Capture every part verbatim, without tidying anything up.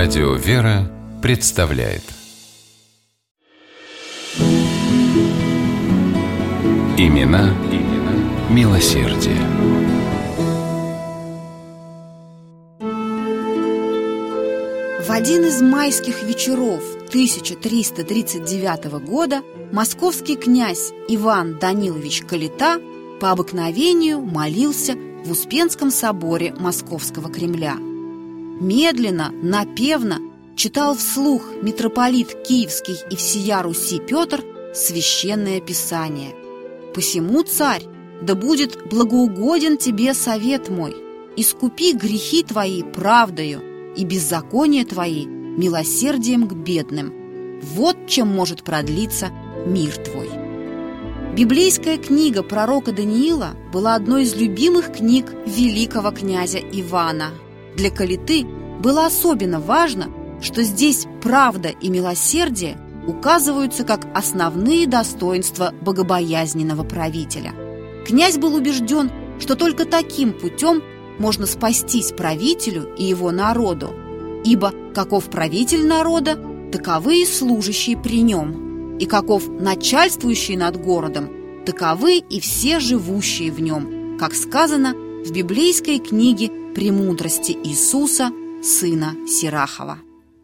Радио «Вера» представляет Имена, имена милосердия. В один из майских вечеров тысяча триста тридцать девятого года московский князь Иван Данилович Калита по обыкновению молился в Успенском соборе Московского Кремля. Медленно, напевно читал вслух митрополит Киевский и всея Руси Петр священное Писание. «Посему, царь, да будет благоугоден тебе совет мой, искупи грехи твои правдою и беззакония твои милосердием к бедным. Вот чем может продлиться мир твой». Библейская книга пророка Даниила была одной из любимых книг великого князя Ивана. Для Калиты было особенно важно, что здесь правда и милосердие указываются как основные достоинства богобоязненного правителя. Князь был убежден, что только таким путем можно спастись правителю и его народу, ибо каков правитель народа, таковы и служащие при нем, и каков начальствующий над городом, таковы и все живущие в нем, как сказано в библейской книге «Премудрости Иисуса, сына Сирахова».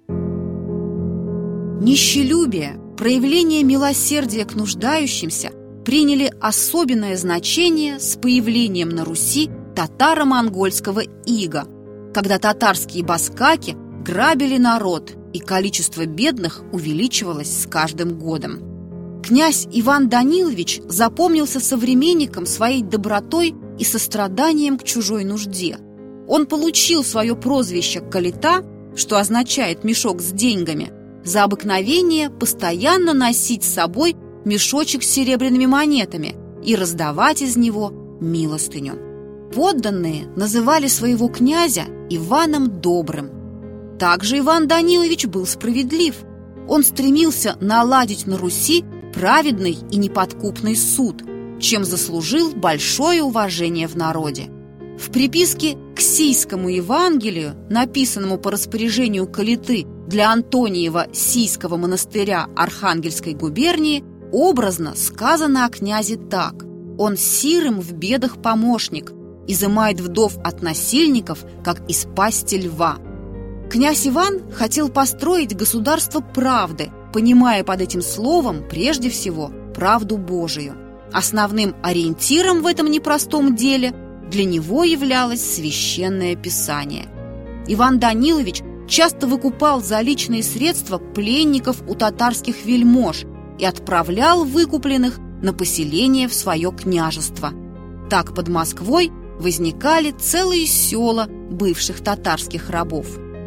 Нищелюбие, проявление милосердия к нуждающимся приняли особенное значение с появлением на Руси татаро-монгольского ига, когда татарские баскаки грабили народ, и количество бедных увеличивалось с каждым годом. Князь Иван Данилович запомнился современникам своей добротой и состраданием к чужой нужде. Он получил свое прозвище Калита, что означает «мешок с деньгами», за обыкновение постоянно носить с собой мешочек с серебряными монетами и раздавать из него милостыню. Подданные называли своего князя Иваном Добрым. Также Иван Данилович был справедлив. Он стремился наладить на Руси праведный и неподкупный суд, чем заслужил большое уважение в народе. В приписке к Сийскому Евангелию, написанному по распоряжению Калиты для Антониева Сийского монастыря Архангельской губернии, образно сказано о князе так: «Он сирым в бедах помощник, изымает вдов от насильников, как из пасти льва». Князь Иван хотел построить государство правды, понимая под этим словом прежде всего правду Божию. Основным ориентиром в этом непростом деле для него являлось священное Писание. Иван Данилович часто выкупал за личные средства пленников у татарских вельмож и отправлял выкупленных на поселение в свое княжество. Так под Москвой возникали целые села бывших татарских рабов.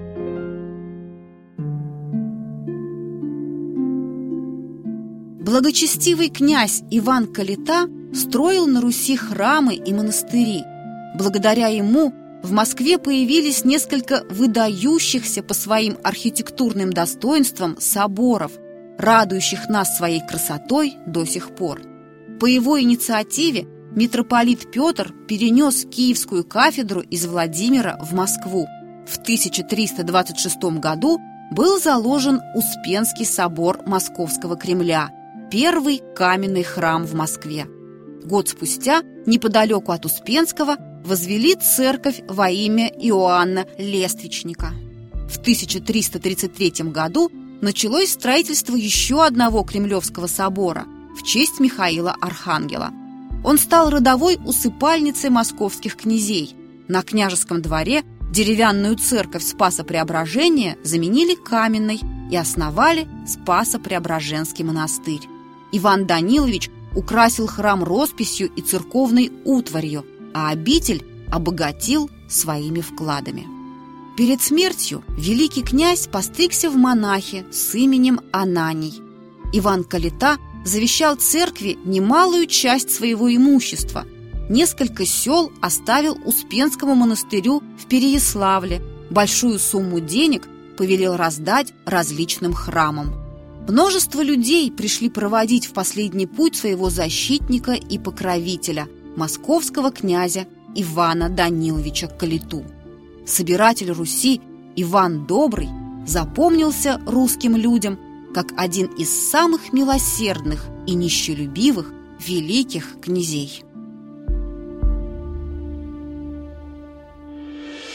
Благочестивый князь Иван Калита строил на Руси храмы и монастыри. Благодаря ему в Москве появились несколько выдающихся по своим архитектурным достоинствам соборов, радующих нас своей красотой до сих пор. По его инициативе митрополит Петр перенес Киевскую кафедру из Владимира в Москву. В тысяча триста двадцать шестом году был заложен Успенский собор Московского Кремля, первый каменный храм в Москве. Год спустя, неподалеку от Успенского, возвели церковь во имя Иоанна Лествичника. В тысяча триста тридцать третьем году началось строительство еще одного Кремлевского собора в честь Михаила Архангела. Он стал родовой усыпальницей московских князей. На княжеском дворе деревянную церковь Спаса-Преображения заменили каменной и основали Спасо-Преображенский монастырь. Иван Данилович украсил храм росписью и церковной утварью, а обитель обогатил своими вкладами. Перед смертью великий князь постригся в монахи с именем Ананий. Иван Калита завещал церкви немалую часть своего имущества. Несколько сел оставил Успенскому монастырю в Переяславле, большую сумму денег повелел раздать различным храмам. Множество людей пришли проводить в последний путь своего защитника и покровителя, московского князя Ивана Даниловича Калиту. Собиратель Руси Иван Добрый запомнился русским людям как один из самых милосердных и нищелюбивых великих князей.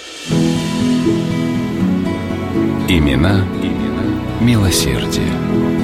Имена, имена милосердия.